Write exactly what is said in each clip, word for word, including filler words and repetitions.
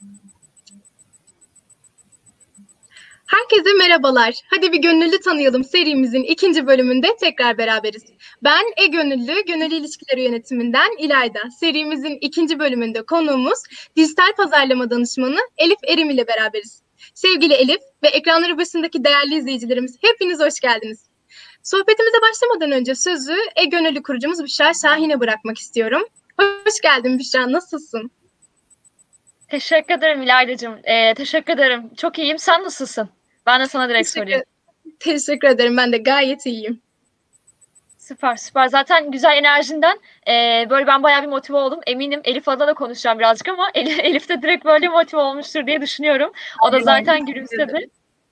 Herkese merhabalar. Hadi bir gönüllü tanıyalım serimizin ikinci bölümünde tekrar beraberiz. Ben E-Gönüllü, Gönüllü İlişkileri Yönetiminden İlayda. Serimizin ikinci bölümünde konuğumuz dijital pazarlama danışmanı Elif Erim ile beraberiz. Sevgili Elif ve ekranları başındaki değerli izleyicilerimiz, hepiniz hoş geldiniz. Sohbetimize başlamadan önce sözü E-Gönüllü kurucumuz Büşra Şahin'e bırakmak istiyorum. Hoş geldin Büşra, nasılsın? Teşekkür ederim İlayda'cığım. Ee, teşekkür ederim. Çok iyiyim. Sen nasılsın? Ben de sana direkt Teşekkür, sorayım. teşekkür ederim. Ben de gayet iyiyim. Süper süper. Zaten güzel enerjinden e, böyle ben bayağı bir motive oldum. Eminim Elif adına da konuşacağım birazcık ama Elif, Elif de direkt böyle motive olmuştur diye düşünüyorum. O da zaten gülümsedi.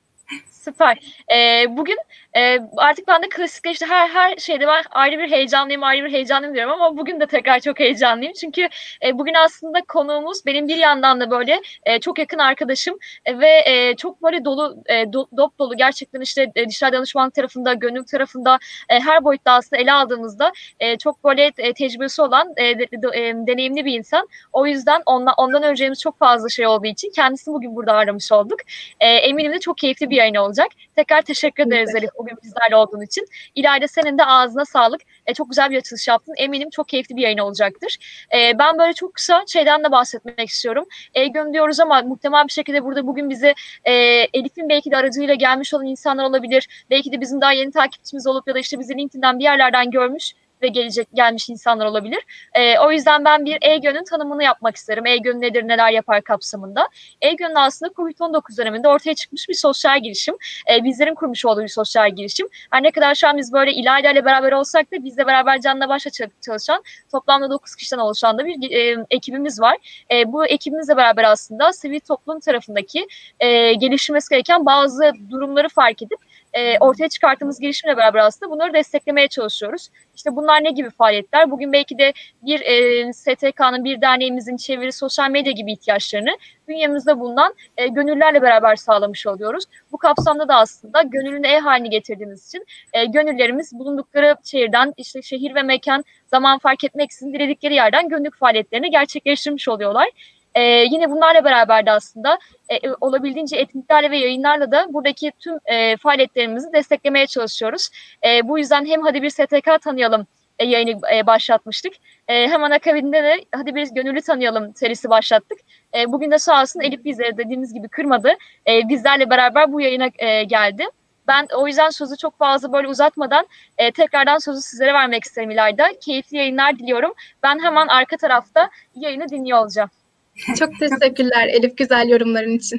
Süper. Ee, bugün e, artık ben de klasikleşti. Her her şeyde ben ayrı bir heyecanlıyım, ayrı bir heyecanlıyım diyorum ama bugün de tekrar çok heyecanlıyım. Çünkü e, bugün aslında konuğumuz benim bir yandan da böyle e, çok yakın arkadaşım e, ve e, çok böyle dolu, e, do, dop dolu gerçekten işte e, dijital danışmanlık tarafında, gönüllülük tarafında e, her boyutta aslında ele aldığımızda e, çok böyle e, tecrübesi olan e, de, de, e, deneyimli bir insan. O yüzden ondan, ondan önceğimiz çok fazla şey olduğu için kendisini bugün burada aramış olduk. E, eminim de çok keyifli bir yayın olacak. Tekrar teşekkür ederiz Elif bugün bizlerle olduğun için. İlayda senin de ağzına sağlık. E, çok güzel bir açılış yaptın. Eminim çok keyifli bir yayın olacaktır. E, ben böyle çok kısa şeyden de bahsetmek istiyorum. E-Gönül diyoruz ama muhtemel bir şekilde burada bugün bize e, Elif'in belki de aracılığıyla gelmiş olan insanlar olabilir. Belki de bizim daha yeni takipçimiz olup ya da işte bizi LinkedIn'den bir yerlerden görmüş ve gelecek gelmiş insanlar olabilir. E, o yüzden ben bir E-Gönül'ün tanımını yapmak isterim. E-Gönül nedir, neler yapar kapsamında. E-Gönül aslında covid on dokuz döneminde ortaya çıkmış bir sosyal girişim. E, bizlerin kurmuş olduğu bir sosyal girişim. Her ne kadar şu an biz böyle İlayda ile beraber olsak da bizle beraber canla başla çalışan toplamda dokuz kişiden oluşan da bir e, ekibimiz var. E, bu ekibimizle beraber aslında sivil toplum tarafındaki e, geliştirmesi gereken bazı durumları fark edip e, ortaya çıkarttığımız girişimle beraber aslında bunları desteklemeye çalışıyoruz. İşte bunlar ne gibi faaliyetler? Bugün belki de bir e, S T K'nın, bir derneğimizin çeviri, sosyal medya gibi ihtiyaçlarını bünyemizde bulunan e, gönüllerle beraber sağlamış oluyoruz. Bu kapsamda da aslında gönüllünün e-halini getirdiğimiz için e, gönüllerimiz bulundukları şehirden, işte şehir ve mekan, zaman fark etmeksizin diledikleri yerden gönüllülük faaliyetlerini gerçekleştirmiş oluyorlar. Ee, yine bunlarla beraber de aslında e, olabildiğince etkinliklerle ve yayınlarla da buradaki tüm e, faaliyetlerimizi desteklemeye çalışıyoruz. E, bu yüzden hem Hadi Bir S T K tanıyalım e, yayını e, başlatmıştık. E, hemen akabinde de Hadi Bir Gönüllü tanıyalım serisi başlattık. E, bugün de sağ olsun Elif bizleri dediğimiz gibi kırmadı. E, bizlerle beraber bu yayına e, geldi. Ben o yüzden sözü çok fazla böyle uzatmadan e, tekrardan sözü sizlere vermek isterim İlayda. Keyifli yayınlar diliyorum. Ben hemen arka tarafta yayını dinliyor olacağım. Çok teşekkürler Elif güzel yorumların için.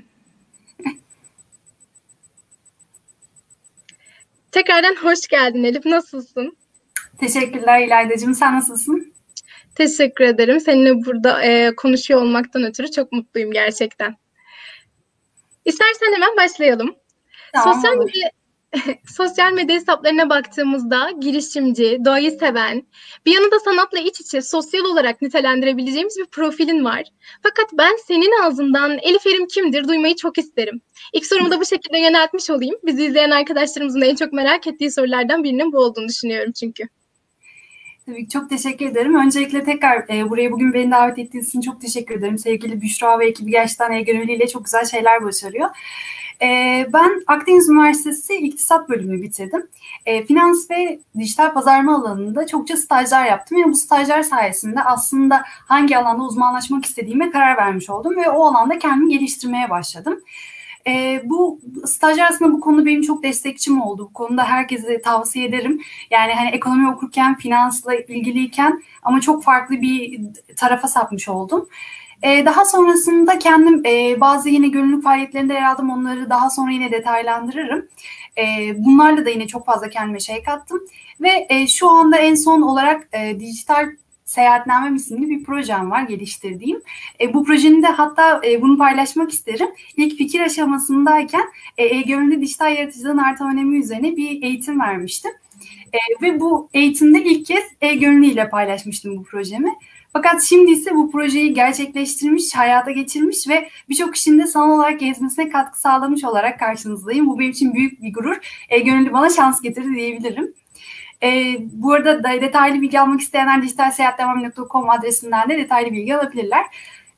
Tekrardan hoş geldin Elif. Nasılsın? Teşekkürler İlayda'cığım. Sen nasılsın? Teşekkür ederim. Seninle burada e, konuşuyor olmaktan ötürü çok mutluyum gerçekten. İstersen hemen başlayalım. Tamam, Sosyal olur. medya sosyal medya hesaplarına baktığımızda girişimci, doğayı seven, bir yanında sanatla iç içe sosyal olarak nitelendirebileceğimiz bir profilin var. Fakat ben senin ağzından Elif Erim kimdir duymayı çok isterim. İlk sorumu da bu şekilde yöneltmiş olayım. Bizi izleyen arkadaşlarımızın en çok merak ettiği sorulardan birinin bu olduğunu düşünüyorum çünkü. Tabii ki çok teşekkür ederim. Öncelikle tekrar e, buraya bugün beni davet ettiğiniz için çok teşekkür ederim. Sevgili Büşra ve ekibi gerçekten E-Gönüllü ile çok güzel şeyler başarıyor. E, ben Akdeniz Üniversitesi İktisat bölümünü bitirdim. E, finans ve dijital pazarlama alanında çokça stajlar yaptım. Yani bu stajlar sayesinde aslında hangi alanda uzmanlaşmak istediğime karar vermiş oldum ve o alanda kendimi geliştirmeye başladım. E, bu stajyer aslında bu konuda benim çok destekçim oldu. Bu konuda herkese tavsiye ederim. Yani hani ekonomi okurken, finansla ilgiliyken ama çok farklı bir tarafa sapmış oldum. E, daha sonrasında kendim e, bazı yine gönüllülük faaliyetlerinde yer aldım. Onları daha sonra yine detaylandırırım. E, bunlarla da yine çok fazla kendime şey kattım. Ve e, şu anda en son olarak e, dijital Seyahatnamem isimli bir projem var geliştirdiğim. E, bu projenin de hatta e, bunu paylaşmak isterim. İlk fikir aşamasındayken e, E-Gönüllü dijital yaratıcılığın artan önemi üzerine bir eğitim vermiştim. E, ve bu eğitimde ilk kez E-Gönüllü ile paylaşmıştım bu projemi. Fakat şimdi ise bu projeyi gerçekleştirmiş, hayata geçirmiş ve birçok kişinin de sanal olarak gezmesine katkı sağlamış olarak karşınızdayım. Bu benim için büyük bir gurur. E-Gönüllü bana şans getirdi diyebilirim. E, bu arada da detaylı bilgi almak isteyenler dijital seyahatnamem nokta com adresinden de detaylı bilgi alabilirler.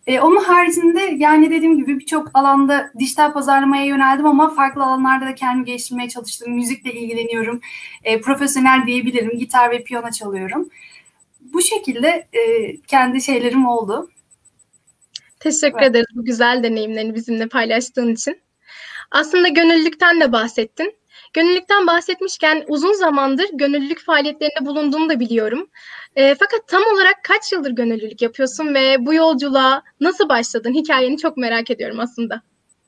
E, onun haricinde yani dediğim gibi birçok alanda dijital pazarlamaya yöneldim ama farklı alanlarda da kendimi geliştirmeye çalıştım. Müzikle ilgileniyorum. E, profesyonel diyebilirim. Gitar ve piyano çalıyorum. Bu şekilde e, kendi şeylerim oldu. Teşekkür Evet. ederiz bu güzel deneyimlerini bizimle paylaştığın için. Aslında gönüllülükten de bahsettin. Gönüllülükten bahsetmişken uzun zamandır gönüllülük faaliyetlerinde bulunduğunu da biliyorum. E, fakat tam olarak kaç yıldır gönüllülük yapıyorsun ve bu yolculuğa nasıl başladın? Hikayeni çok merak ediyorum aslında.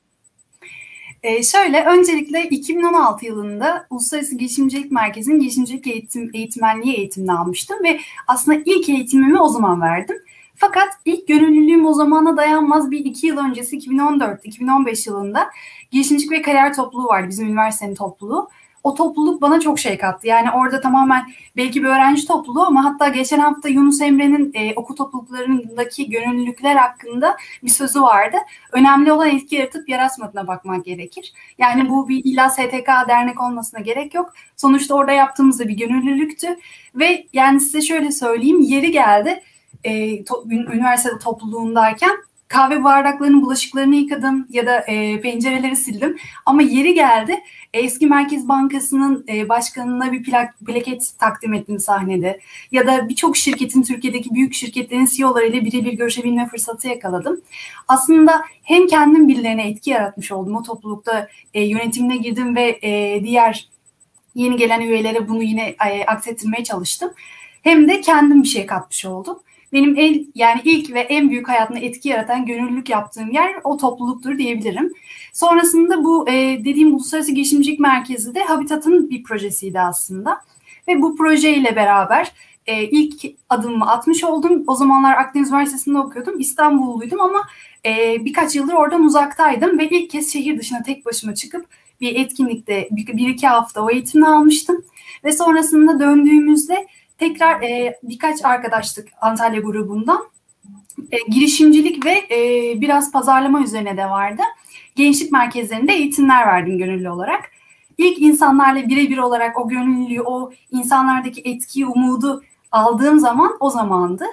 Ee, şöyle, öncelikle iki bin on altı yılında Uluslararası Girişimcilik Merkezi'nin girişimcilik eğitim, eğitmenliği eğitimini almıştım ve aslında ilk eğitimimi o zaman verdim. Fakat ilk gönüllülüğüm o zamana dayanmaz bir iki yıl öncesi iki bin on dört iki bin on beş yılında girişimcilik ve kariyer topluluğu vardı, bizim üniversitenin topluluğu. O topluluk bana çok şey kattı. Yani orada tamamen belki bir öğrenci topluluğu ama hatta geçen hafta Yunus Emre'nin e, okul topluluklarındaki gönüllülükler hakkında bir sözü vardı. Önemli olan etki yaratıp yaratmadığına bakmak gerekir. Yani bu bir illa S T K dernek olmasına gerek yok. Sonuçta orada yaptığımız da bir gönüllülüktü. Ve yani size şöyle söyleyeyim, yeri geldi e, to, üniversite topluluğundayken kahve bardaklarının bulaşıklarını yıkadım ya da e, pencereleri sildim. Ama yeri geldi eski Merkez Bankası'nın e, başkanına bir plak, plaket takdim ettim sahnede. Ya da birçok şirketin, Türkiye'deki büyük şirketlerin C E O'larıyla birebir görüşebilme fırsatı yakaladım. Aslında hem kendim birilerine etki yaratmış oldum. O toplulukta e, yönetimine girdim ve e, diğer yeni gelen üyelere bunu yine e, aksettirmeye çalıştım. Hem de kendim bir şey katmış oldum. Benim el, yani ilk ve en büyük hayatımda etki yaratan, gönüllülük yaptığım yer o topluluktur diyebilirim. Sonrasında bu e, dediğim Uluslararası Girişimcilik Merkezi de Habitat'ın bir projesiydi aslında. Ve bu projeyle beraber e, ilk adımımı atmış oldum. O zamanlar Akdeniz Üniversitesi'nde okuyordum. İstanbulluydum ama e, birkaç yıldır oradan uzaktaydım. Ve ilk kez şehir dışına tek başıma çıkıp bir etkinlikte bir, bir iki hafta o eğitimini almıştım. Ve sonrasında döndüğümüzde tekrar e, birkaç arkadaşlık Antalya grubundan e, girişimcilik ve e, biraz pazarlama üzerine de vardı. Gençlik merkezlerinde eğitimler verdim gönüllü olarak. İlk insanlarla birebir olarak o gönüllülüğü, o insanlardaki etkiyi, umudu aldığım zaman o zamandı.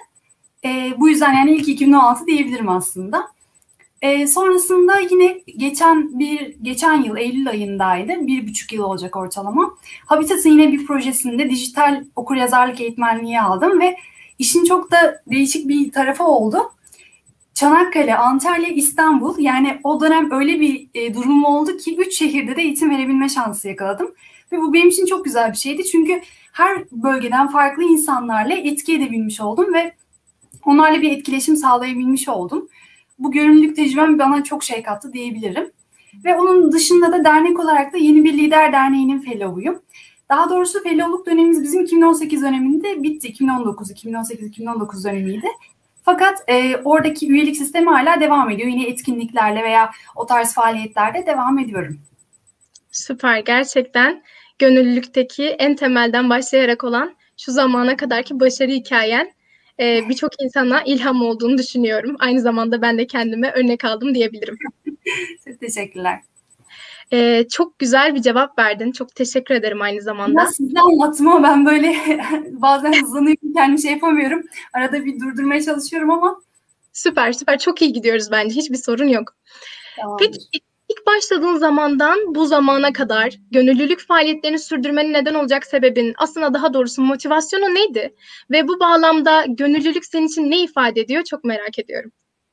E, bu yüzden yani ilk iki bin on altı diyebilirim aslında. E, sonrasında yine geçen bir geçen yıl Eylül ayındaydı. Bir buçuk yıl olacak ortalama. Habitat'ın yine bir projesinde dijital okuryazarlık eğitmenliği aldım ve işin çok da değişik bir tarafı oldu. Çanakkale, Antalya, İstanbul, yani o dönem öyle bir e, durumum oldu ki üç şehirde de eğitim verebilme şansı yakaladım. Ve bu benim için çok güzel bir şeydi çünkü her bölgeden farklı insanlarla etki edebilmiş oldum ve onlarla bir etkileşim sağlayabilmiş oldum. Bu gönüllülük tecrübem bana çok şey kattı diyebilirim. Ve onun dışında da dernek olarak da Yeni Bir Lider Derneği'nin fellow'uyum. Daha doğrusu fellow'luk dönemimiz bizim iki bin on sekiz döneminde bitti. iki bin on dokuz, iki bin on sekiz, iki bin on dokuz dönemiydi. Fakat e, oradaki üyelik sistemi hala devam ediyor. Yine etkinliklerle veya o tarz faaliyetlerde devam ediyorum. Süper, gerçekten gönüllülükteki en temelden başlayarak olan şu zamana kadarki başarı hikayen e, birçok insana ilham olduğunu düşünüyorum. Aynı zamanda ben de kendime örnek aldım diyebilirim. Çok teşekkürler. Ee, çok güzel bir cevap verdin. Çok teşekkür ederim aynı zamanda. Ya size anlattım ama ben böyle bazen hızlanıyorum, kendimi şey yapamıyorum. Arada bir durdurmaya çalışıyorum ama. Süper süper. Çok iyi gidiyoruz bence. Hiçbir sorun yok. Tamamdır. Peki ilk başladığın zamandan bu zamana kadar gönüllülük faaliyetlerini sürdürmenin neden olacak sebebin, aslında daha doğrusu motivasyonu neydi? Ve bu bağlamda gönüllülük senin için ne ifade ediyor? Çok merak ediyorum.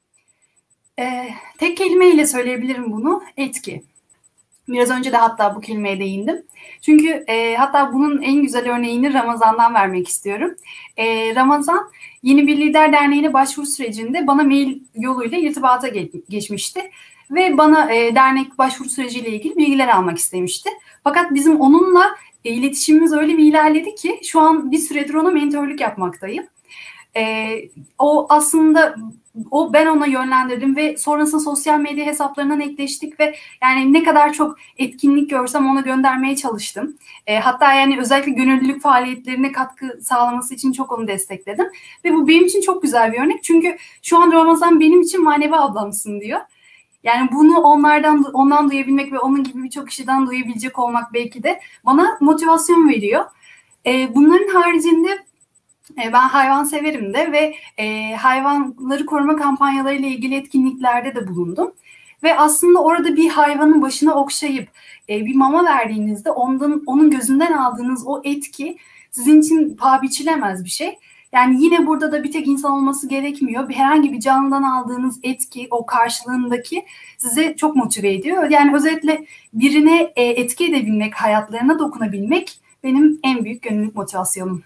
Ee, tek kelimeyle söyleyebilirim bunu. Etki. Biraz önce de hatta bu kelimeye değindim. Çünkü e, hatta bunun en güzel örneğini Ramazan'dan vermek istiyorum. E, Ramazan Yeni Bir Lider Derneği'ne başvuru sürecinde bana mail yoluyla irtibata ge- geçmişti. Ve bana e, dernek başvuru süreciyle ilgili bilgiler almak istemişti. Fakat bizim onunla e, iletişimimiz öyle bir ilerledi ki şu an bir süredir ona mentörlük yapmaktayım. E, o aslında o ben ona yönlendirdim ve sonrasında sosyal medya hesaplarından ekleştik ve yani ne kadar çok etkinlik görsem ona göndermeye çalıştım. E, hatta yani özellikle gönüllülük faaliyetlerine katkı sağlaması için çok onu destekledim. Ve bu benim için çok güzel bir örnek. Çünkü şu an Ramazan benim için manevi ablamsın diyor. Yani bunu onlardan ondan duyabilmek ve onun gibi birçok kişiden duyabilecek olmak belki de bana motivasyon veriyor. E, bunların haricinde E, ben hayvan severim de ve e, hayvanları koruma kampanyalarıyla ilgili etkinliklerde de bulundum. Ve aslında orada bir hayvanın başına okşayıp e, bir mama verdiğinizde ondan, onun gözünden aldığınız o etki sizin için paha biçilemez bir şey. Yani yine burada da bir tek insan olması gerekmiyor. Bir, herhangi bir canlıdan aldığınız etki, o karşılığındaki sizi çok motive ediyor. Yani özetle birine e, etki edebilmek, hayatlarına dokunabilmek benim en büyük gönüllülük motivasyonum.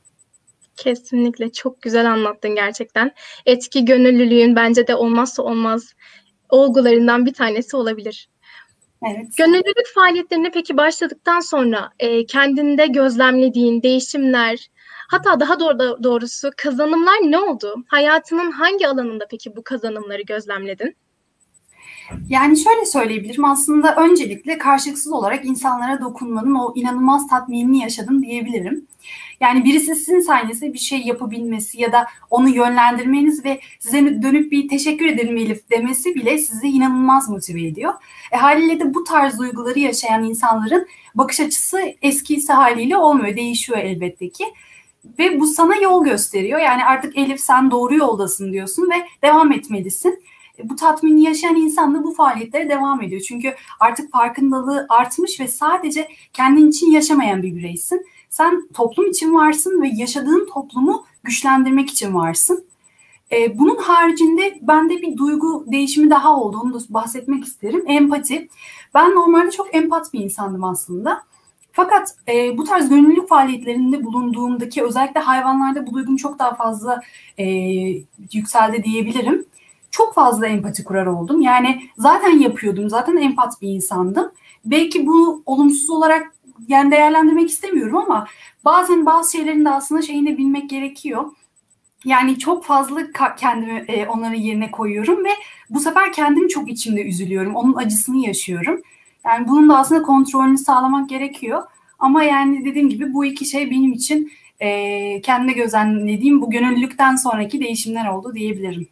Kesinlikle çok güzel anlattın gerçekten. Etki gönüllülüğün bence de olmazsa olmaz olgularından bir tanesi olabilir. Evet. Gönüllülük faaliyetlerine peki başladıktan sonra e, kendinde gözlemlediğin değişimler, hatta daha doğru, doğrusu kazanımlar ne oldu? Hayatının hangi alanında peki bu kazanımları gözlemledin? Yani şöyle söyleyebilirim, aslında öncelikle karşılıksız olarak insanlara dokunmanın o inanılmaz tatminini yaşadım diyebilirim. Yani birisi sizin sayenizde bir şey yapabilmesi ya da onu yönlendirmeniz ve size dönüp bir teşekkür ederim Elif demesi bile sizi inanılmaz motive ediyor. E, haliyle de bu tarz duyguları yaşayan insanların bakış açısı eskisi haliyle olmuyor, değişiyor elbette ki. Ve bu sana yol gösteriyor. Yani artık Elif sen doğru yoldasın diyorsun ve devam etmelisin. Bu tatmini yaşayan insan da bu faaliyetlere devam ediyor. Çünkü artık farkındalığı artmış ve sadece kendin için yaşamayan bir bireysin. Sen toplum için varsın ve yaşadığın toplumu güçlendirmek için varsın. Ee, bunun haricinde bende bir duygu değişimi daha oldu. Onu da bahsetmek isterim. Empati. Ben normalde çok empat bir insandım aslında. Fakat e, bu tarz gönüllülük faaliyetlerinde bulunduğumdaki özellikle hayvanlarda bu duygum çok daha fazla e, yükseldi diyebilirim. Çok fazla empati kurar oldum. Yani zaten yapıyordum. Zaten empat bir insandım. Belki bu olumsuz olarak yani değerlendirmek istemiyorum ama bazen bazı şeylerin de aslında şeyini bilmek gerekiyor. Yani çok fazla kendimi e, onların yerine koyuyorum ve bu sefer kendimi çok içimde üzülüyorum. Onun acısını yaşıyorum. Yani bunun da aslında kontrolünü sağlamak gerekiyor. Ama yani dediğim gibi bu iki şey benim için e, kendime gözlemlediğim bu gönüllülükten sonraki değişimler oldu diyebilirim.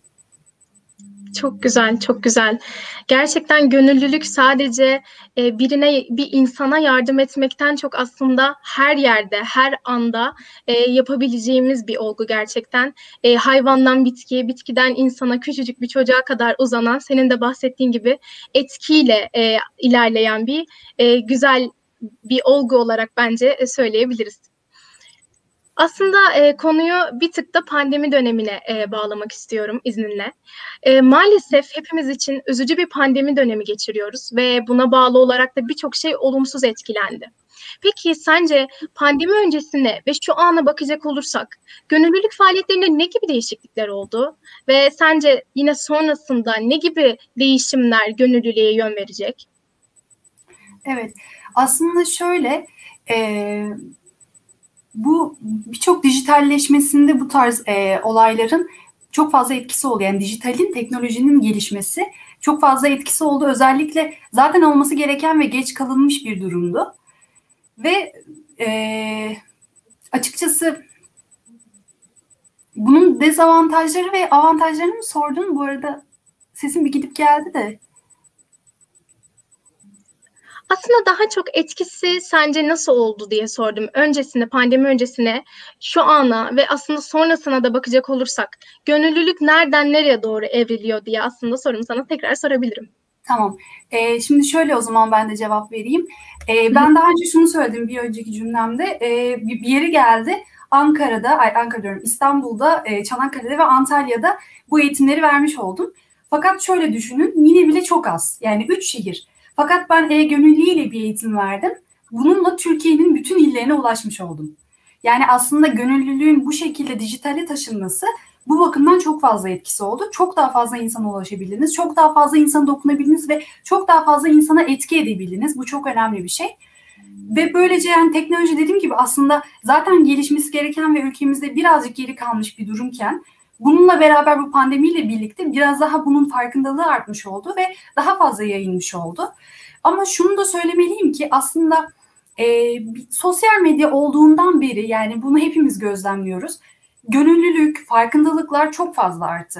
Çok güzel, çok güzel. Gerçekten gönüllülük sadece e, birine, bir insana yardım etmekten çok aslında her yerde, her anda e, yapabileceğimiz bir olgu gerçekten. E, hayvandan bitkiye, bitkiden insana, küçücük bir çocuğa kadar uzanan, senin de bahsettiğin gibi etkiyle e, ilerleyen bir e, güzel bir olgu olarak bence e, söyleyebiliriz. Aslında e, konuyu bir tık da pandemi dönemine e, bağlamak istiyorum izninle. E, maalesef hepimiz için üzücü bir pandemi dönemi geçiriyoruz ve buna bağlı olarak da birçok şey olumsuz etkilendi. Peki sence pandemi öncesine ve şu ana bakacak olursak gönüllülük faaliyetlerinde ne gibi değişiklikler oldu? Ve sence yine sonrasında ne gibi değişimler gönüllülüğe yön verecek? Evet, aslında şöyle... E... Bu birçok dijitalleşmesinde bu tarz e, olayların çok fazla etkisi oldu. Yani dijitalin, teknolojinin gelişmesi çok fazla etkisi oldu. Özellikle zaten olması gereken ve geç kalınmış bir durumdu. Ve e, açıkçası bunun dezavantajları ve avantajlarını mı sordun? Bu arada sesim bir gidip geldi de. Aslında daha çok etkisi sence nasıl oldu diye sordum. Öncesine, pandemi öncesine, şu ana ve aslında sonrasına da bakacak olursak gönüllülük nereden nereye doğru evriliyor diye aslında sorumu sana tekrar sorabilirim. Tamam. Ee, şimdi şöyle o zaman ben de cevap vereyim. Ee, ben daha önce şunu söyledim bir önceki cümlemde. Ee, bir, bir yeri geldi. Ankara'da, ay Ankara diyorum, İstanbul'da, e, Çanakkale'de ve Antalya'da bu eğitimleri vermiş oldum. Fakat şöyle düşünün, yine bile çok az. Yani üç şehir. Fakat ben e-gönüllü ile bir eğitim verdim. Bununla Türkiye'nin bütün illerine ulaşmış oldum. Yani aslında gönüllülüğün bu şekilde dijitale taşınması bu bakımdan çok fazla etkisi oldu. Çok daha fazla insana ulaşabildiniz, çok daha fazla insana dokunabildiniz ve çok daha fazla insana etki edebildiniz. Bu çok önemli bir şey. Ve böylece yani teknoloji dediğim gibi aslında zaten gelişmesi gereken ve ülkemizde birazcık geri kalmış bir durumken bununla beraber bu pandemiyle birlikte biraz daha bunun farkındalığı artmış oldu ve daha fazla yayılmış oldu. Ama şunu da söylemeliyim ki aslında e, sosyal medya olduğundan beri yani bunu hepimiz gözlemliyoruz. Gönüllülük, farkındalıklar çok fazla arttı.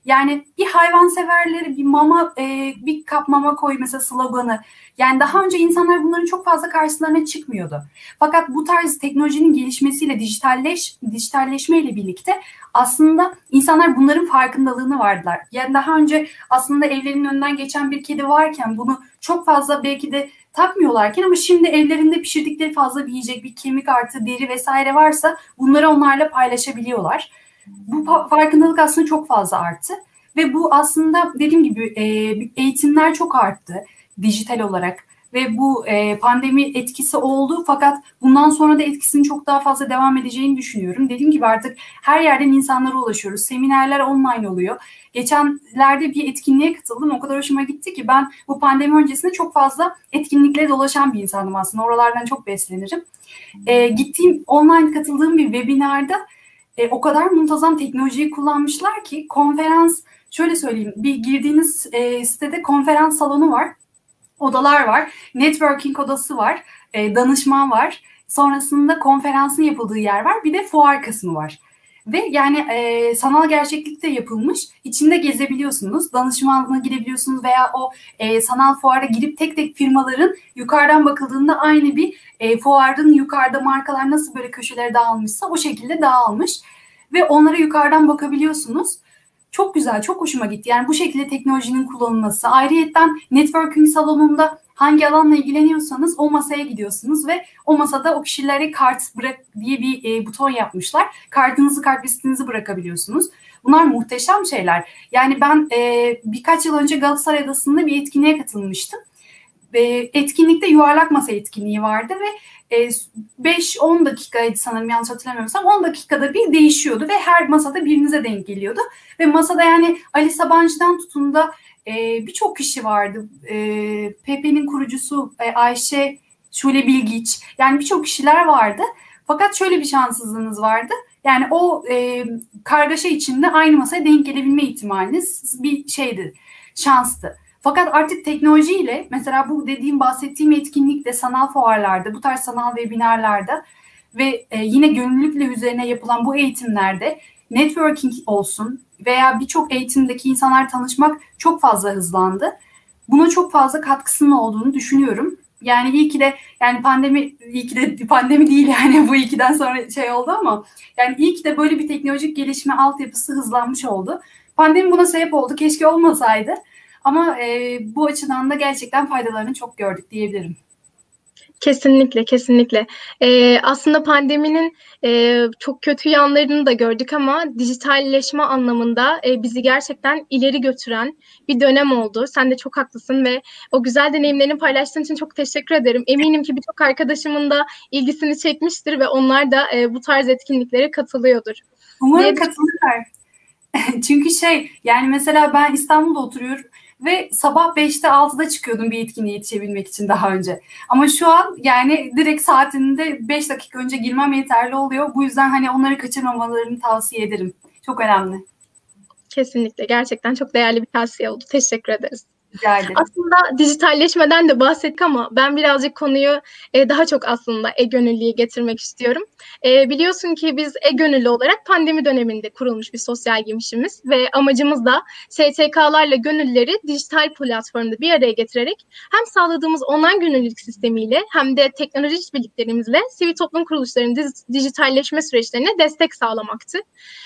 Yani bir hayvanseverleri bir mama, e, bir kap mama koy mesela sloganı. Yani daha önce insanlar bunların çok fazla karşılarına çıkmıyordu. Fakat bu tarz teknolojinin gelişmesiyle, dijitalleş, dijitalleşmeyle birlikte aslında insanlar bunların farkındalığını vardılar. Yani daha önce aslında evlerinin önünden geçen bir kedi varken bunu çok fazla belki de takmıyorlarken ama şimdi evlerinde pişirdikleri fazla bir yiyecek, bir kemik artı deri vesaire varsa bunları onlarla paylaşabiliyorlar. Bu farkındalık aslında çok fazla arttı ve bu aslında dediğim gibi eğitimler çok arttı dijital olarak ve bu pandemi etkisi oldu fakat bundan sonra da etkisinin çok daha fazla devam edeceğini düşünüyorum. Dediğim gibi artık her yerden insanlara ulaşıyoruz. Seminerler online oluyor. Geçenlerde bir etkinliğe katıldım. O kadar hoşuma gitti ki ben bu pandemi öncesinde çok fazla etkinliklere dolaşan bir insanım aslında. Oralardan çok beslenirim. E, gittiğim online katıldığım bir webinarda e, o kadar muntazam teknolojiyi kullanmışlar ki konferans, şöyle söyleyeyim, bir girdiğiniz e, sitede konferans salonu var, odalar var, networking odası var, e, danışman var, sonrasında konferansın yapıldığı yer var, bir de fuar kısmı var. Ve yani e, sanal gerçeklikte yapılmış, içinde gezebiliyorsunuz, danışmanlığa girebiliyorsunuz veya o e, sanal fuara girip tek tek firmaların yukarıdan bakıldığında aynı bir e, fuarın yukarıda markalar nasıl böyle köşelere dağılmışsa o şekilde dağılmış ve onlara yukarıdan bakabiliyorsunuz. Çok güzel, çok hoşuma gitti. Yani bu şekilde teknolojinin kullanılması. Ayrıyeten networking salonunda hangi alanla ilgileniyorsanız o masaya gidiyorsunuz ve o masada o kişilere kart bırak diye bir e, buton yapmışlar. Kartınızı, kart vizitinizi bırakabiliyorsunuz. Bunlar muhteşem şeyler. Yani ben e, birkaç yıl önce Galatasaray Adası'nda bir etkinliğe katılmıştım. E, etkinlikte yuvarlak masa etkinliği vardı ve beş on dakikaydı sanırım, yanlış hatırlamıyorsam, on dakikada bir değişiyordu ve her masada birinize denk geliyordu. Ve masada yani Ali Sabancı'dan tutun da e, birçok kişi vardı. E, P P'nin kurucusu e, Ayşe Şule Bilgiç, yani birçok kişiler vardı. Fakat şöyle bir şanssızlığınız vardı. Yani o e, kargaşa içinde aynı masaya denk gelebilme ihtimaliniz bir şeydi, şanstı. Fakat artık teknolojiyle mesela bu dediğim bahsettiğim etkinlikte, sanal fuarlarda, bu tarz sanal webinarlarda ve e, yine gönüllülükle üzerine yapılan bu eğitimlerde networking olsun veya birçok eğitimdeki insanlar tanışmak çok fazla hızlandı. Buna çok fazla katkısının olduğunu düşünüyorum. Yani iyi ki de yani pandemi iyi ki de pandemi değil yani bu ikiden sonra şey oldu ama yani iyi ki de böyle bir teknolojik gelişme altyapısı hızlanmış oldu. Pandemi buna sebep oldu. Keşke olmasaydı. Ama e, bu açıdan da gerçekten faydalarını çok gördük diyebilirim. Kesinlikle, kesinlikle. Ee, aslında pandeminin e, çok kötü yanlarını da gördük ama dijitalleşme anlamında e, bizi gerçekten ileri götüren bir dönem oldu. Sen de çok haklısın ve o güzel deneyimlerini paylaştığın için çok teşekkür ederim. Eminim ki birçok arkadaşımın da ilgisini çekmiştir ve onlar da e, bu tarz etkinliklere katılıyordur. Umarım katılırlar. Çünkü şey, yani mesela ben İstanbul'da oturuyorum ve sabah beşte altıda çıkıyordum bir etkinliğe yetişebilmek için daha önce. Ama şu an yani direkt saatinde beş dakika önce girmem yeterli oluyor. Bu yüzden hani onları kaçırmamalarını tavsiye ederim. Çok önemli. Kesinlikle. Gerçekten çok değerli bir tavsiye oldu. Teşekkür ederiz. Rica ederim. Aslında dijitalleşmeden de bahsettik ama ben birazcık konuyu e, daha çok aslında e-gönüllüye getirmek istiyorum. E, biliyorsun ki biz e-gönüllü olarak pandemi döneminde kurulmuş bir sosyal girişimimiz ve amacımız da S T K'larla gönüllüleri dijital platformda bir araya getirerek hem sağladığımız online gönüllülük sistemiyle hem de teknoloji işbirliklerimizle sivil toplum kuruluşlarının diz- dijitalleşme süreçlerine destek sağlamaktı.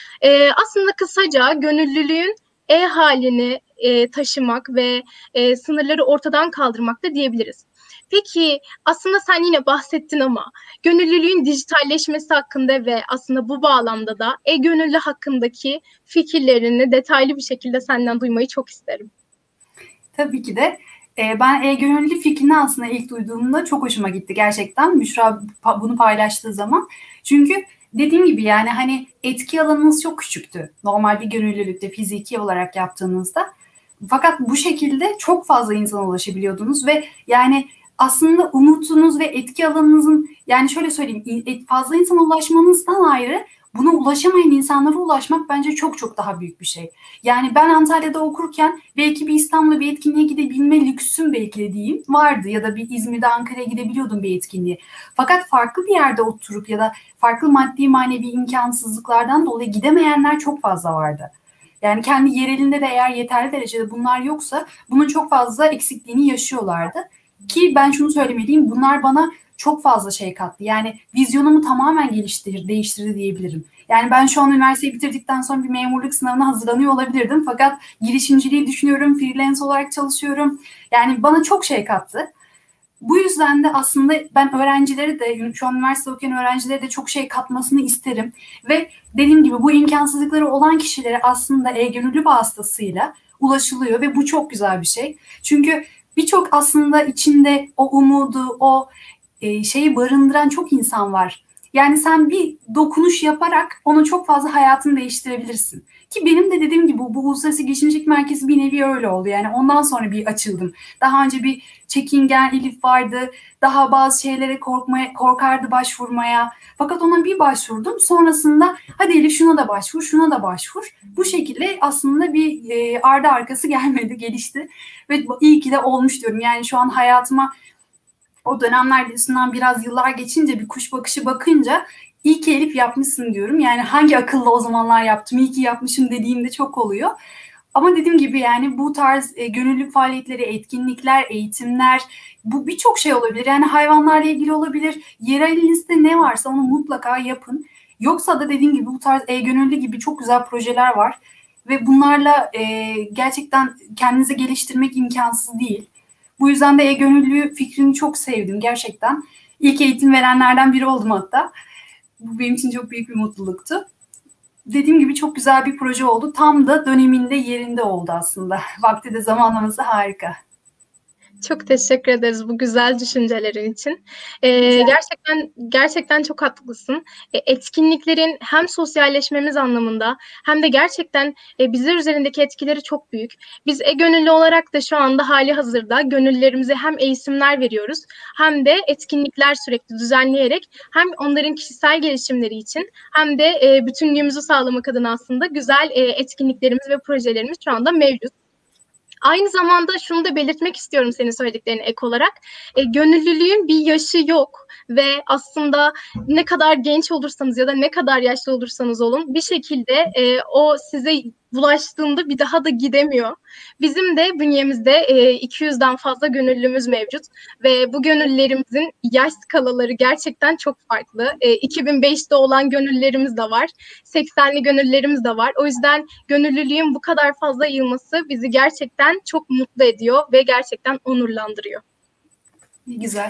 E, aslında kısaca gönüllülüğün e-halini e, taşımak ve e, sınırları ortadan kaldırmak da diyebiliriz. Peki aslında sen yine bahsettin ama gönüllülüğün dijitalleşmesi hakkında ve aslında bu bağlamda da e-gönüllü hakkındaki fikirlerini detaylı bir şekilde senden duymayı çok isterim. Tabii ki de. E, ben e-gönüllü fikrini aslında ilk duyduğumda çok hoşuma gitti gerçekten. Büşra bunu paylaştığı zaman. Çünkü dediğim gibi yani hani etki alanınız çok küçüktü. Normal bir gönüllülükte fiziki olarak yaptığınızda. Fakat bu şekilde çok fazla insana ulaşabiliyordunuz ve yani aslında umutunuz ve etki alanınızın, yani şöyle söyleyeyim, fazla insana ulaşmanızdan ayrı buna ulaşamayan insanlara ulaşmak bence çok çok daha büyük bir şey. Yani ben Antalya'da okurken belki bir İstanbul'da bir etkinliğe gidebilme lüksüm belki de diyeyim vardı ya da bir İzmir'de, Ankara'ya gidebiliyordum bir etkinliğe. Fakat farklı bir yerde oturup ya da farklı maddi manevi imkansızlıklardan dolayı gidemeyenler çok fazla vardı. Yani kendi yerelinde de eğer yeterli derecede bunlar yoksa bunun çok fazla eksikliğini yaşıyorlardı. Ki ben şunu söylemeliyim, bunlar bana çok fazla şey kattı. Yani vizyonumu tamamen geliştirdi, değiştirdi diyebilirim. Yani ben şu an üniversiteyi bitirdikten sonra bir memurluk sınavına hazırlanıyor olabilirdim. Fakat girişimciliği düşünüyorum, freelance olarak çalışıyorum. Yani bana çok şey kattı. Bu yüzden de aslında ben öğrencileri de, şu an üniversite okuyan öğrencilere de çok şey katmasını isterim. Ve dediğim gibi bu imkansızlıkları olan kişilere aslında e-gönüllü vasıtasıyla ulaşılıyor ve bu çok güzel bir şey. Çünkü birçok aslında içinde o umudu, o e, şeyi barındıran çok insan var. Yani sen bir dokunuş yaparak onun çok fazla hayatını değiştirebilirsin. Ki benim de dediğim gibi bu, bu Uluslararası Girişimcilik Merkezi bir nevi öyle oldu. Yani ondan sonra bir açıldım. Daha önce bir çekingen Elif vardı. Daha bazı şeylere korkmaya, korkardı başvurmaya. Fakat ona bir başvurdum. Sonrasında hadi Elif şuna da başvur, şuna da başvur. Bu şekilde aslında bir e, ardı arkası gelmedi, gelişti. Ve iyi ki de olmuş diyorum. Yani şu an hayatıma o dönemler üstünden biraz yıllar geçince bir kuş bakışı bakınca iyi ki Elif yapmışsın diyorum. Yani hangi akılla o zamanlar yaptım, iyi ki yapmışım dediğimde çok oluyor. Ama dediğim gibi yani bu tarz e, gönüllülük faaliyetleri, etkinlikler, eğitimler, bu birçok şey olabilir. Yani hayvanlarla ilgili olabilir. Yerelinizde ne varsa onu mutlaka yapın. Yoksa da dediğim gibi bu tarz e-gönüllü gibi çok güzel projeler var. Ve bunlarla e, gerçekten kendinizi geliştirmek imkansız değil. Bu yüzden de e-gönüllü fikrini çok sevdim gerçekten. İlk eğitim verenlerden biri oldum hatta. Bu benim için çok büyük bir mutluluktu. Dediğim gibi çok güzel bir proje oldu. Tam da döneminde yerinde oldu aslında. Vakti de zamanlaması harika. Çok teşekkür ederiz bu güzel düşüncelerin için. Ee, gerçekten gerçekten çok haklısın. E, etkinliklerin hem sosyalleşmemiz anlamında hem de gerçekten e, bizler üzerindeki etkileri çok büyük. Biz e-gönüllü olarak da şu anda hali hazırda gönüllülerimize hem eğitimler veriyoruz hem de etkinlikler sürekli düzenleyerek hem onların kişisel gelişimleri için hem de e, bütünlüğümüzü sağlamak adına aslında güzel e, etkinliklerimiz ve projelerimiz şu anda mevcut. Aynı zamanda şunu da belirtmek istiyorum senin söylediklerine ek olarak. E, gönüllülüğün bir yaşı yok ve aslında ne kadar genç olursanız ya da ne kadar yaşlı olursanız olun bir şekilde e, o size bulaştığında bir daha da gidemiyor. Bizim de bünyemizde e, iki yüzden fazla gönüllümüz mevcut ve bu gönüllülerimizin yaş skalaları gerçekten çok farklı. E, iki bin beşte olan gönüllülerimiz de var, seksenli gönüllülerimiz de var. O yüzden gönüllülüğün bu kadar fazla yayılması bizi gerçekten çok mutlu ediyor ve gerçekten onurlandırıyor. Güzel.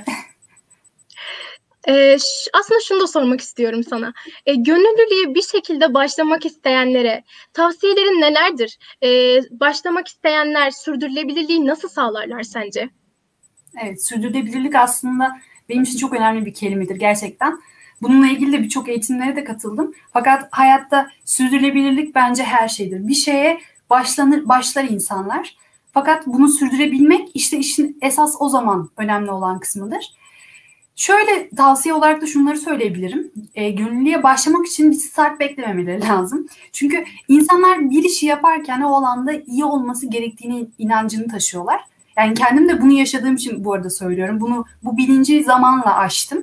Ee, aslında şunu da sormak istiyorum sana. E, gönüllülüğe bir şekilde başlamak isteyenlere tavsiyelerin nelerdir? E, başlamak isteyenler sürdürülebilirliği nasıl sağlarlar sence? Evet, sürdürülebilirlik aslında benim için çok önemli bir kelimedir gerçekten. Bununla ilgili de birçok eğitimlere de katıldım. Fakat hayatta sürdürülebilirlik bence her şeydir. Bir şeye başlanır, başlar insanlar. Fakat bunu sürdürebilmek işte işin esas o zaman önemli olan kısmıdır. Şöyle tavsiye olarak da şunları söyleyebilirim. E, gönüllüye başlamak için bir start beklememeleri lazım. Çünkü insanlar bir işi yaparken o alanda iyi olması gerektiğini inancını taşıyorlar. Yani kendim de bunu yaşadığım için bu arada söylüyorum. Bunu bu bilinci zamanla aştım.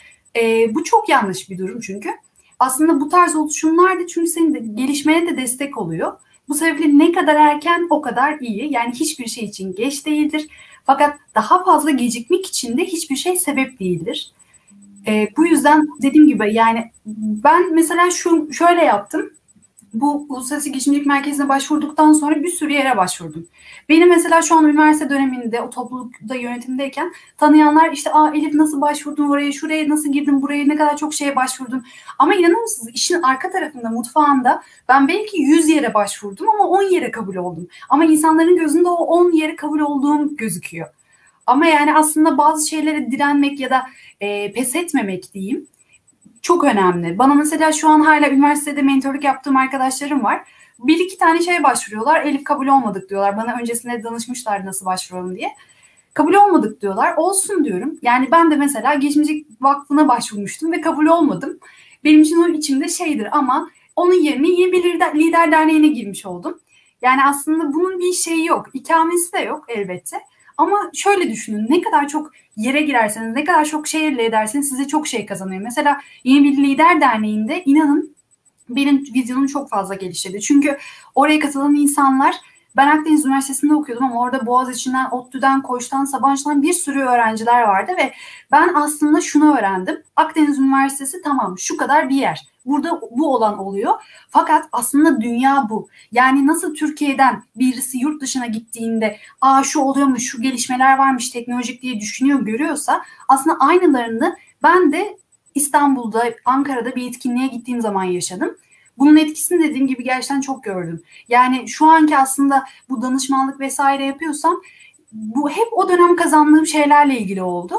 E, bu çok yanlış bir durum çünkü. Aslında bu tarz oluşumlar da çünkü senin de gelişmeye de destek oluyor. Bu sebeple ne kadar erken o kadar iyi. Yani hiçbir şey için geç değildir. Fakat daha fazla gecikmek için de hiçbir şey sebep değildir. E, bu yüzden dediğim gibi yani ben mesela şu şöyle yaptım. Bu Uluslararası Girişimcilik Merkezi'ne başvurduktan sonra bir sürü yere başvurdum. Benim mesela şu an üniversite döneminde o toplulukta yönetimdeyken tanıyanlar işte aa Elif nasıl başvurdun oraya, şuraya nasıl girdin, buraya ne kadar çok şeye başvurdun. Ama inanır mısınız işin arka tarafında, mutfağında ben belki yüz yere başvurdum ama on yere kabul oldum. Ama insanların gözünde o on yere kabul olduğum gözüküyor. Ama yani aslında bazı şeylere direnmek ya da e, pes etmemek diyeyim. Çok önemli. Bana mesela şu an hala üniversitede mentorluk yaptığım arkadaşlarım var. Bir iki tane şeye başvuruyorlar. Elif kabul olmadık diyorlar. Bana öncesinde danışmışlar nasıl başvuralım diye. Kabul olmadık diyorlar. Olsun diyorum. Yani ben de mesela Girişimcilik Vakfı'na başvurmuştum ve kabul olmadım. Benim için o içimde şeydir ama onun yerine yeni bir lider, lider derneğine girmiş oldum. Yani aslında bunun bir şeyi yok. İkamesi de yok elbette. Ama şöyle düşünün, ne kadar çok yere girerseniz, ne kadar çok şey elde ederseniz size çok şey kazanıyor. Mesela yeni bir lider derneğinde inanın benim vizyonumu çok fazla geliştirdi. Çünkü oraya katılan insanlar, ben Akdeniz Üniversitesi'nde okuyordum ama orada Boğaziçi'nden, ODTÜ'den, Koç'tan, Sabancı'dan bir sürü öğrenciler vardı ve ben aslında şunu öğrendim. Akdeniz Üniversitesi tamam şu kadar bir yer. Burada bu olan oluyor. Fakat aslında dünya bu. Yani nasıl Türkiye'den birisi yurt dışına gittiğinde aa şu oluyormuş, şu gelişmeler varmış teknolojik diye düşünüyor, görüyorsa aslında aynılarını ben de İstanbul'da, Ankara'da bir etkinliğe gittiğim zaman yaşadım. Bunun etkisini dediğim gibi gerçekten çok gördüm. Yani şu anki aslında bu danışmanlık vesaire yapıyorsam bu hep o dönem kazandığım şeylerle ilgili oldu.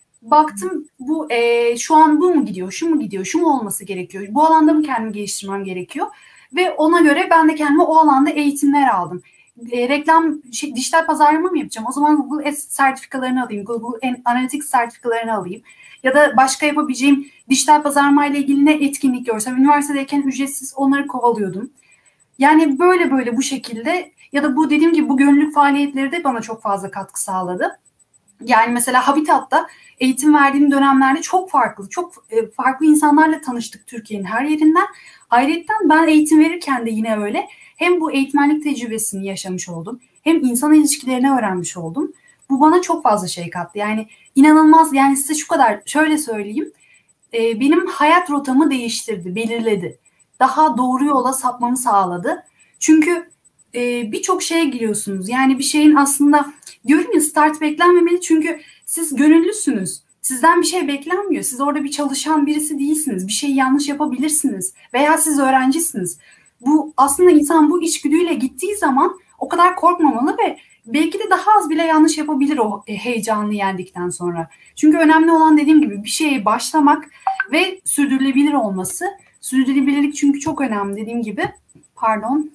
Baktım bu e, şu an bu mu gidiyor, şu mu gidiyor, şu mu olması gerekiyor, bu alanda mı kendimi geliştirmem gerekiyor ve ona göre ben de kendime o alanda eğitimler aldım. E, reklam, şey, dijital pazarlama mı yapacağım? O zaman Google Ads sertifikalarını alayım, Google Analytics sertifikalarını alayım. Ya da başka yapabileceğim dijital pazarlama ile ilgili ne etkinlik görsem, üniversitedeyken ücretsiz onları kovalıyordum. Yani böyle böyle bu şekilde ya da bu dediğim gibi bu gönüllülük faaliyetleri de bana çok fazla katkı sağladı. Yani mesela Habitat'ta eğitim verdiğim dönemlerde çok farklı, çok farklı insanlarla tanıştık Türkiye'nin her yerinden. Ayrıca ben eğitim verirken de yine öyle hem bu eğitmenlik tecrübesini yaşamış oldum, hem insan ilişkilerini öğrenmiş oldum. Bu bana çok fazla şey kattı. Yani inanılmaz, yani size şu kadar şöyle söyleyeyim. E, benim hayat rotamı değiştirdi, belirledi. Daha doğru yola sapmamı sağladı. Çünkü e, birçok şeye giriyorsunuz. Yani bir şeyin aslında diyorum ya start beklenmemeli çünkü siz gönüllüsünüz. Sizden bir şey beklenmiyor. Siz orada bir çalışan birisi değilsiniz. Bir şeyi yanlış yapabilirsiniz. Veya siz öğrencisiniz. Bu aslında insan bu içgüdüyle gittiği zaman o kadar korkmamalı ve belki de daha az bile yanlış yapabilir o heyecanını yendikten sonra. Çünkü önemli olan dediğim gibi bir şeye başlamak ve sürdürülebilir olması. Sürdürülebilirlik çünkü çok önemli dediğim gibi. Pardon.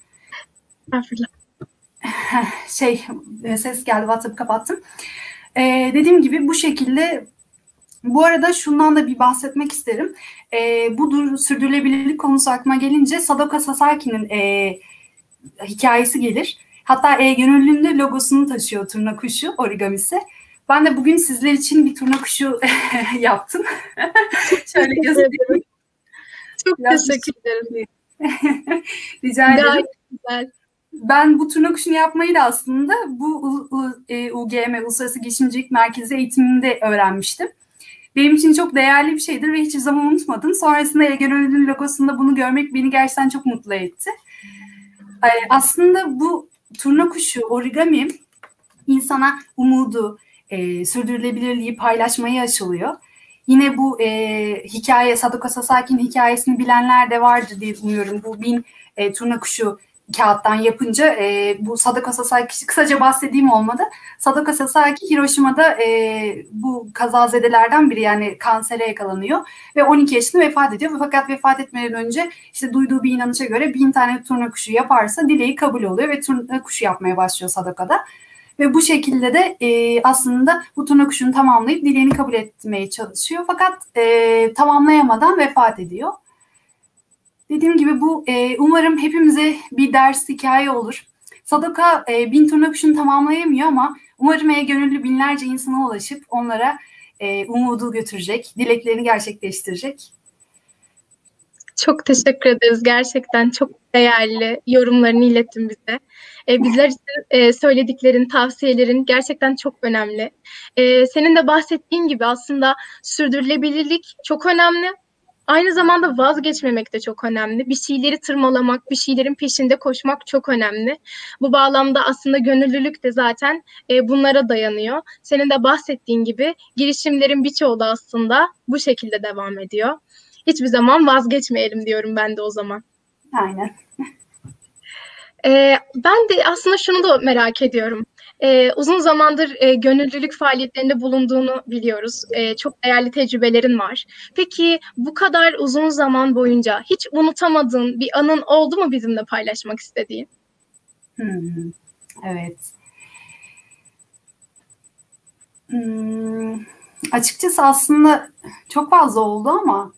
Şey ses geldi, WhatsApp'ı kapattım. Ee, dediğim gibi bu şekilde. Bu arada şundan da bir bahsetmek isterim. Ee, bu sürdürülebilirlik konusu aklıma gelince Sadako Sasaki'nin e, hikayesi gelir. Hatta e-gönüllünün de logosunu taşıyor turna kuşu, origamisi. Ben de bugün sizler için bir turna kuşu yaptım. Şöyle göstereyim. Çok Biraz teşekkür ederim. Rica ederim. Gayet güzel. Ben bu turna kuşunu yapmayı da aslında bu U G M, Uluslararası Girişimcilik Merkezi eğitiminde öğrenmiştim. Benim için çok değerli bir şeydir ve hiçbir zaman unutmadım. Sonrasında e-gönüllünün logosunda bunu görmek beni gerçekten çok mutlu etti. Aslında bu turna kuşu, origami insana umudu, e, sürdürülebilirliği paylaşmayı aşılıyor. Yine bu e, hikaye, Sadako Sasaki'nin hikayesini bilenler de vardır diye umuyorum. Bu bin e, turna kuşu kağıttan yapınca e, bu Sadako Sasaki, kısaca bahsedeyim olmadı. Sadako Sasaki Hiroşima'da e, bu kazazedelerden biri, yani kansere yakalanıyor ve on iki yaşında vefat ediyor. Fakat vefat etmeden önce işte duyduğu bir inanışa göre bin tane turna kuşu yaparsa dileği kabul oluyor ve turna kuşu yapmaya başlıyor Sadako'da. Ve bu şekilde de e, aslında bu turna kuşunu tamamlayıp dileğini kabul etmeye çalışıyor. Fakat e, tamamlayamadan vefat ediyor. Dediğim gibi bu e, umarım hepimize bir ders, hikaye olur. Sadako e, bin turna kuşunu tamamlayamıyor ama umarım e-gönüllü binlerce insana ulaşıp onlara e, umudu götürecek, dileklerini gerçekleştirecek. Çok teşekkür ederiz. Gerçekten çok değerli yorumlarını ilettin bize. Ee, bizler için e, söylediklerin, tavsiyelerin gerçekten çok önemli. Ee, senin de bahsettiğin gibi aslında sürdürülebilirlik çok önemli. Aynı zamanda vazgeçmemek de çok önemli. Bir şeyleri tırmalamak, bir şeylerin peşinde koşmak çok önemli. Bu bağlamda aslında gönüllülük de zaten e, bunlara dayanıyor. Senin de bahsettiğin gibi girişimlerin birçoğu da aslında bu şekilde devam ediyor. Hiçbir zaman vazgeçmeyelim diyorum ben de o zaman. Aynen. Ee, ben de aslında şunu da merak ediyorum. Ee, uzun zamandır e, gönüllülük faaliyetlerinde bulunduğunu biliyoruz. E, çok değerli tecrübelerin var. Peki bu kadar uzun zaman boyunca hiç unutamadığın bir anın oldu mu bizimle paylaşmak istediğin? Hmm, evet. Hmm, açıkçası aslında çok fazla oldu ama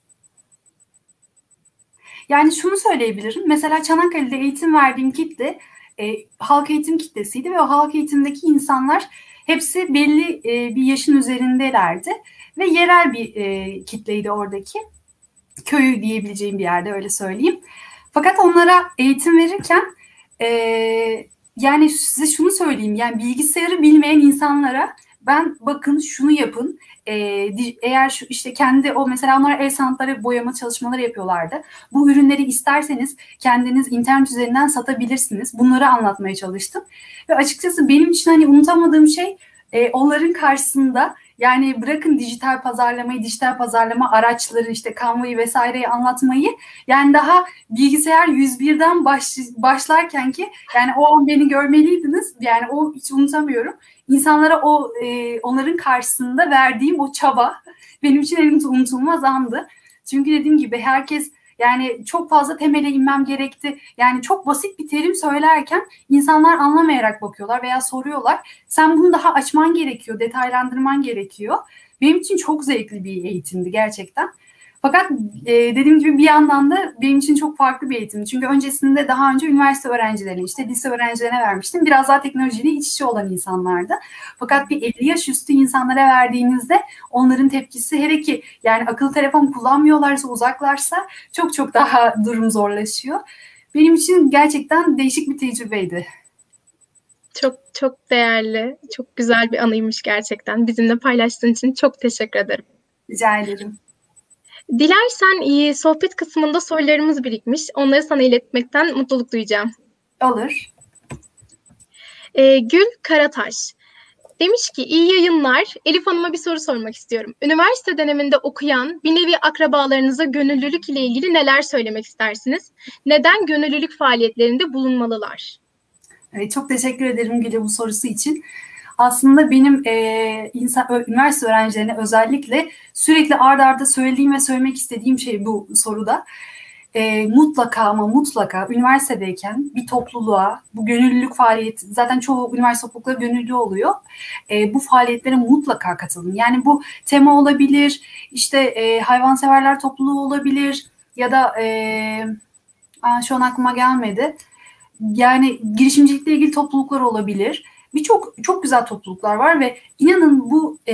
yani şunu söyleyebilirim. Mesela Çanakkale'de eğitim verdiğim kitle e, halk eğitim kitlesiydi ve o halk eğitimdeki insanlar hepsi belli e, bir yaşın üzerindelerdi ve yerel bir e, kitleydi oradaki. köyü diyebileceğim bir yerde, öyle söyleyeyim. Fakat onlara eğitim verirken e, yani size şunu söyleyeyim, yani bilgisayarı bilmeyen insanlara ben bakın şunu yapın, e, eğer şu işte kendi o mesela onlar el sanatları boyama çalışmaları yapıyorlardı. Bu ürünleri isterseniz kendiniz internet üzerinden satabilirsiniz. Bunları anlatmaya çalıştım. Ve açıkçası benim için hani unutamadığım şey e, onların karşısında, yani bırakın dijital pazarlamayı, dijital pazarlama araçları, işte Canva'yı vesaireyi anlatmayı, yani daha bilgisayar yüz birden baş, başlarken ki yani o an beni görmeliydiniz. Yani o hiç unutamıyorum. İnsanlara o e, onların karşısında verdiğim o çaba benim için en unutulmaz andı. Çünkü dediğim gibi herkes, yani çok fazla temele inmem gerekti. Yani çok basit bir terim söylerken insanlar anlamayarak bakıyorlar veya soruyorlar. Sen bunu daha açman gerekiyor, detaylandırman gerekiyor. Benim için çok zevkli bir eğitimdi gerçekten. Fakat e, dediğim gibi bir yandan da benim için çok farklı bir eğitimdi. Çünkü öncesinde daha önce üniversite öğrencilerine, işte lise öğrencilerine vermiştim. Biraz daha teknolojiyle iç içe olan insanlardı. Fakat bir elli yaş üstü insanlara verdiğinizde onların tepkisi, hele ki yani akıllı telefon kullanmıyorlarsa, uzaklarsa çok çok daha durum zorlaşıyor. Benim için gerçekten değişik bir tecrübeydi. Çok çok değerli, çok güzel bir anıymış gerçekten. Bizimle paylaştığın için çok teşekkür ederim. Rica ederim. Dilersen iyi, sohbet kısmında sorularımız birikmiş. Onları sana iletmekten mutluluk duyacağım. Olur. Ee, Gül Karataş demiş ki iyi yayınlar. Elif Hanım'a bir soru sormak istiyorum. Üniversite döneminde okuyan bir nevi akrabalarınıza gönüllülük ile ilgili neler söylemek istersiniz? Neden gönüllülük faaliyetlerinde bulunmalılar? Evet, çok teşekkür ederim Gül'e bu sorusu için. Aslında benim e, insan, üniversite öğrencilerine özellikle sürekli ard arda söylediğim ve söylemek istediğim şey bu soruda. E, mutlaka ama mutlaka üniversitedeyken bir topluluğa, bu gönüllülük faaliyeti, zaten çoğu üniversite toplulukları gönüllü oluyor. E, bu faaliyetlere mutlaka katılın. Yani bu tema olabilir, işte e, hayvanseverler topluluğu olabilir ya da e, aa, şu an aklıma gelmedi. Yani girişimcilikle ilgili topluluklar olabilir. Birçok çok güzel topluluklar var ve inanın bu e,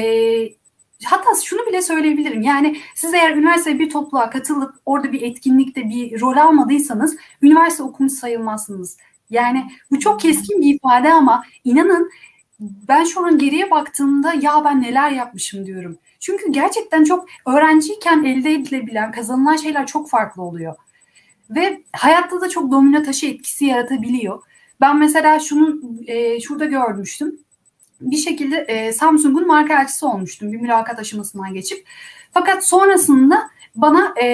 hatta şunu bile söyleyebilirim. Yani siz eğer üniversitede bir topluluğa katılıp orada bir etkinlikte bir rol almadıysanız üniversite okumuş sayılmazsınız. Yani bu çok keskin bir ifade ama inanın ben şu an geriye baktığımda ya ben neler yapmışım diyorum. Çünkü gerçekten çok öğrenciyken elde edilebilen, kazanılan şeyler çok farklı oluyor. Ve hayatta da çok domino taşı etkisi yaratabiliyor. Ben mesela şunun e, şurada görmüştüm. Bir şekilde e, Samsung'un marka elçisi olmuştum bir mülakat aşamasından geçip. Fakat sonrasında bana e,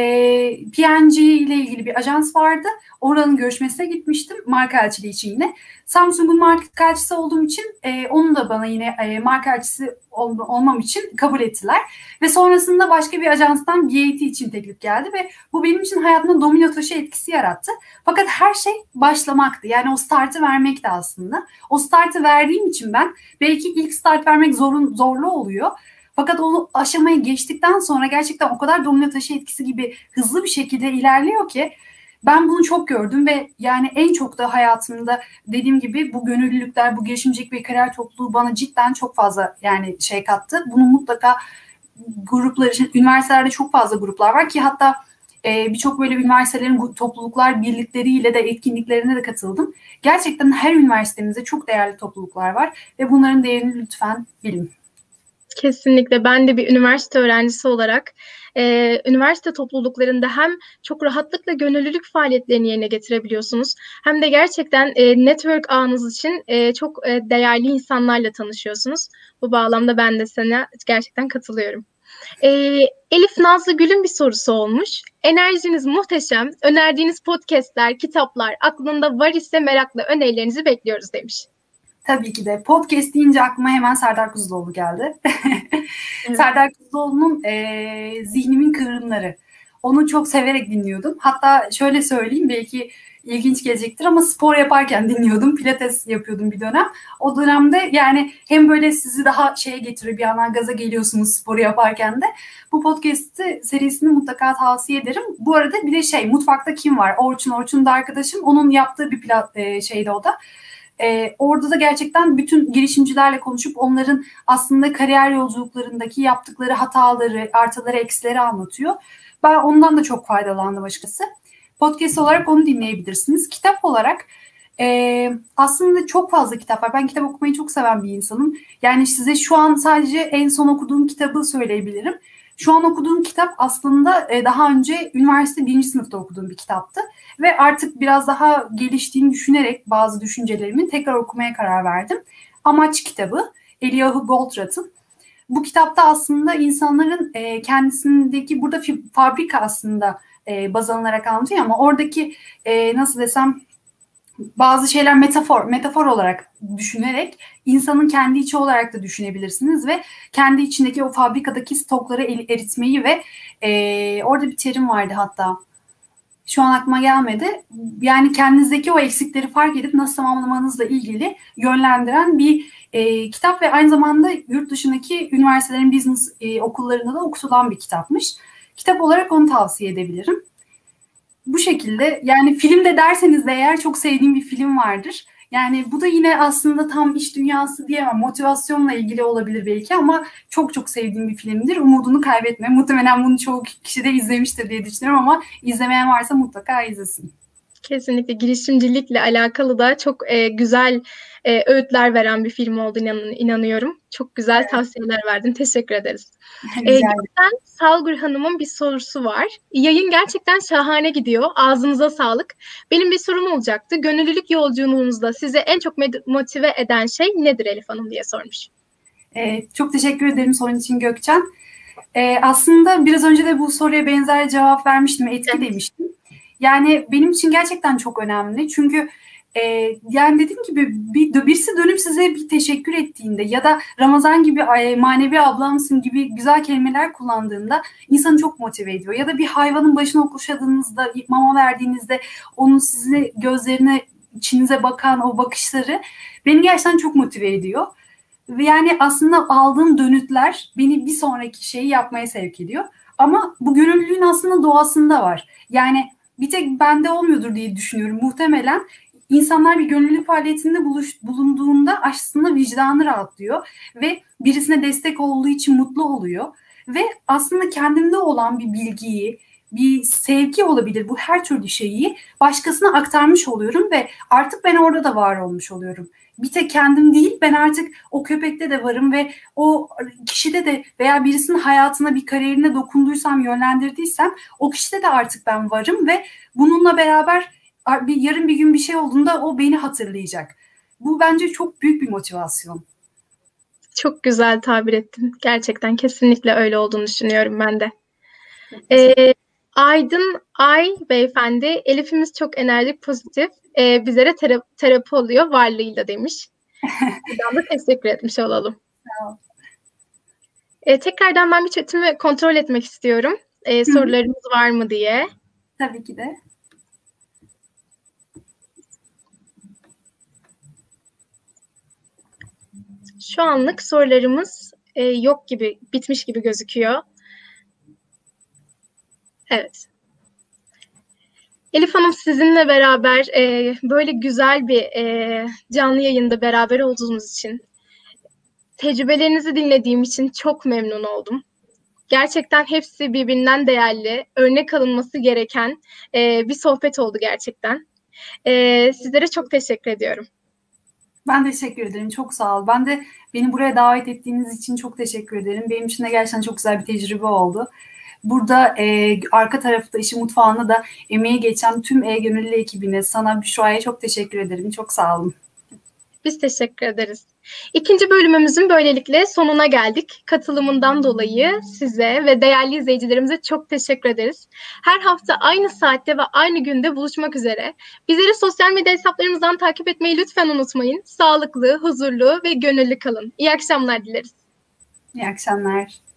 P and G ile ilgili bir ajans vardı. Oranın görüşmesine gitmiştim marka elçiliği için yine. Samsung'un marka elçisi olduğum için e, onu da bana yine e, marka elçisi ol, olmam için kabul ettiler. Ve sonrasında başka bir ajanstan B A T için teklif geldi ve bu benim için hayatımda domino taşı etkisi yarattı. Fakat her şey başlamaktı. Yani o startı vermekti aslında. O startı verdiğim için ben belki ilk start vermek zorun, zorlu oluyor. Fakat o aşamayı geçtikten sonra gerçekten o kadar domino taşı etkisi gibi hızlı bir şekilde ilerliyor ki ben bunu çok gördüm ve yani en çok da hayatımda dediğim gibi bu gönüllülükler, bu girişimcilik ve kariyer topluluğu bana cidden çok fazla yani şey kattı. Bunu mutlaka gruplar için, üniversitelerde çok fazla gruplar var ki hatta e, birçok böyle üniversitelerin topluluklar birlikleriyle de etkinliklerine de katıldım. Gerçekten her üniversitemizde çok değerli topluluklar var ve bunların değerini lütfen bilin. Kesinlikle ben de bir üniversite öğrencisi olarak e, üniversite topluluklarında hem çok rahatlıkla gönüllülük faaliyetlerini yerine getirebiliyorsunuz hem de gerçekten e, network ağınız için e, çok e, değerli insanlarla tanışıyorsunuz. Bu bağlamda ben de sana gerçekten katılıyorum. E, Elif Nazlı Gül'ün bir sorusu olmuş. Enerjiniz muhteşem. Önerdiğiniz podcastler, kitaplar aklında var ise merakla önerilerinizi bekliyoruz demiş. Tabii ki de. Podcast deyince aklıma hemen Serdar Kuzuloğlu geldi. Evet. Serdar Kuzuloğlu'nun e, Zihnimin Kıvrımları. Onu çok severek dinliyordum. Hatta şöyle söyleyeyim, belki ilginç gelecektir ama spor yaparken dinliyordum. Pilates yapıyordum bir dönem. O dönemde yani hem böyle sizi daha şeye getiriyor, bir yandan gaza geliyorsunuz sporu yaparken de. Bu podcast'i serisini mutlaka tavsiye ederim. Bu arada bir de şey, Mutfakta Kim Var? Orçun, Orçun da arkadaşım. Onun yaptığı bir plat, e, şeydi o da. Ee, orada da gerçekten bütün girişimcilerle konuşup onların aslında kariyer yolculuklarındaki yaptıkları hataları, artıları, eksileri anlatıyor. Ben ondan da çok faydalandım açıkçası. Podcast olarak onu dinleyebilirsiniz. Kitap olarak e, aslında çok fazla kitap var. Ben kitap okumayı çok seven bir insanım. Yani size şu an sadece en son okuduğum kitabı söyleyebilirim. Şu an okuduğum kitap aslında e, daha önce üniversite birinci sınıfta okuduğum bir kitaptı. Ve artık biraz daha geliştiğini düşünerek bazı düşüncelerimi tekrar okumaya karar verdim. Amaç kitabı, Eliyahu Goldratt'ın. Bu kitapta aslında insanların e, kendisindeki, burada fi, fabrika aslında e, baz alınarak anlatıyor ama oradaki e, nasıl desem bazı şeyler metafor, metafor olarak düşünerek insanın kendi içi olarak da düşünebilirsiniz ve kendi içindeki o fabrikadaki stokları eritmeyi ve e, orada bir terim vardı hatta. Şu an aklıma gelmedi. Yani kendinizdeki o eksikleri fark edip nasıl tamamlamanızla ilgili yönlendiren bir e, kitap ve aynı zamanda yurt dışındaki üniversitelerin business e, okullarında da okutulan bir kitapmış. Kitap olarak onu tavsiye edebilirim. Bu şekilde, yani film de derseniz de eğer çok sevdiğim bir film vardır. Yani bu da yine aslında tam iş dünyası diyemem. Motivasyonla ilgili olabilir belki ama çok çok sevdiğim bir filmdir. Umudunu kaybetme. Muhtemelen bunu çoğu kişi de izlemiştir diye düşünüyorum ama izlemeyen varsa mutlaka izlesin. Kesinlikle girişimcilikle alakalı da çok e, güzel e, öğütler veren bir film olduğunu inan inanıyorum. Çok güzel evet. Tavsiyeler verdin. Teşekkür ederiz. e, Gökten Salgur Hanım'ın bir sorusu var. Yayın gerçekten şahane gidiyor. Ağzınıza sağlık. Benim bir sorum olacaktı. Gönüllülük yolculuğunuzda sizi en çok motive eden şey nedir Elif Hanım diye sormuş. E, çok teşekkür ederim sorun için Gökçen. E, aslında biraz önce de bu soruya benzer cevap vermiştim. Etki evet. demiştim. Yani benim için gerçekten çok önemli. Çünkü e, yani dediğim gibi bir, birisi dönüp size bir teşekkür ettiğinde ya da Ramazan gibi e, manevi ablamsın gibi güzel kelimeler kullandığında insanı çok motive ediyor. Ya da bir hayvanın başına okşadığınızda, mama verdiğinizde onun size gözlerine, içinize bakan o bakışları beni gerçekten çok motive ediyor. Ve yani aslında aldığım dönütler beni bir sonraki şeyi yapmaya sevk ediyor. Ama bu gönüllülüğün aslında doğasında var. Yani bir tek bende olmuyordur diye düşünüyorum. Muhtemelen insanlar bir gönüllülük faaliyetinde buluş, bulunduğunda aslında vicdanı rahatlıyor ve birisine destek olduğu için mutlu oluyor. Ve aslında kendimde olan bir bilgiyi, bir sevgi olabilir, bu her türlü şeyi başkasına aktarmış oluyorum ve artık ben orada da var olmuş oluyorum. Bir tek kendim değil, ben artık o köpekte de varım ve o kişide de veya birisinin hayatına, bir kariyerine dokunduysam, yönlendirdiysem o kişide de artık ben varım ve bununla beraber bir, yarın bir gün bir şey olduğunda o beni hatırlayacak. Bu bence çok büyük bir motivasyon. Çok güzel tabir ettin. Gerçekten kesinlikle öyle olduğunu düşünüyorum ben de. Ee, Aydın Ay beyefendi, Elif'imiz çok enerjik, pozitif. Ee, bizlere tera- terapi oluyor varlığıyla demiş. Buradan da teşekkür etmiş olalım. Sağ ol. Ee, tekrardan ben bir chatimi kontrol etmek istiyorum. Ee, sorularımız var mı diye. Tabii ki de. Şu anlık sorularımız e, yok gibi, bitmiş gibi gözüküyor. Evet. Elif Hanım, sizinle beraber e, böyle güzel bir e, canlı yayında beraber olduğumuz için, tecrübelerinizi dinlediğim için çok memnun oldum. Gerçekten hepsi birbirinden değerli, örnek alınması gereken e, bir sohbet oldu gerçekten. E, sizlere çok teşekkür ediyorum. Ben teşekkür ederim. Çok sağ ol. Ben de beni buraya davet ettiğiniz için çok teşekkür ederim. Benim için de gerçekten çok güzel bir tecrübe oldu. Burada e, arka tarafta işi mutfağında da emeği geçen tüm E-Gönüllü ekibine, sana, Büşra'ya çok teşekkür ederim. Çok sağ olun. Biz teşekkür ederiz. İkinci bölümümüzün böylelikle sonuna geldik. Katılımından dolayı size ve değerli izleyicilerimize çok teşekkür ederiz. Her hafta aynı saatte ve aynı günde buluşmak üzere. Bizleri sosyal medya hesaplarımızdan takip etmeyi lütfen unutmayın. Sağlıklı, huzurlu ve gönüllü kalın. İyi akşamlar dileriz. İyi akşamlar.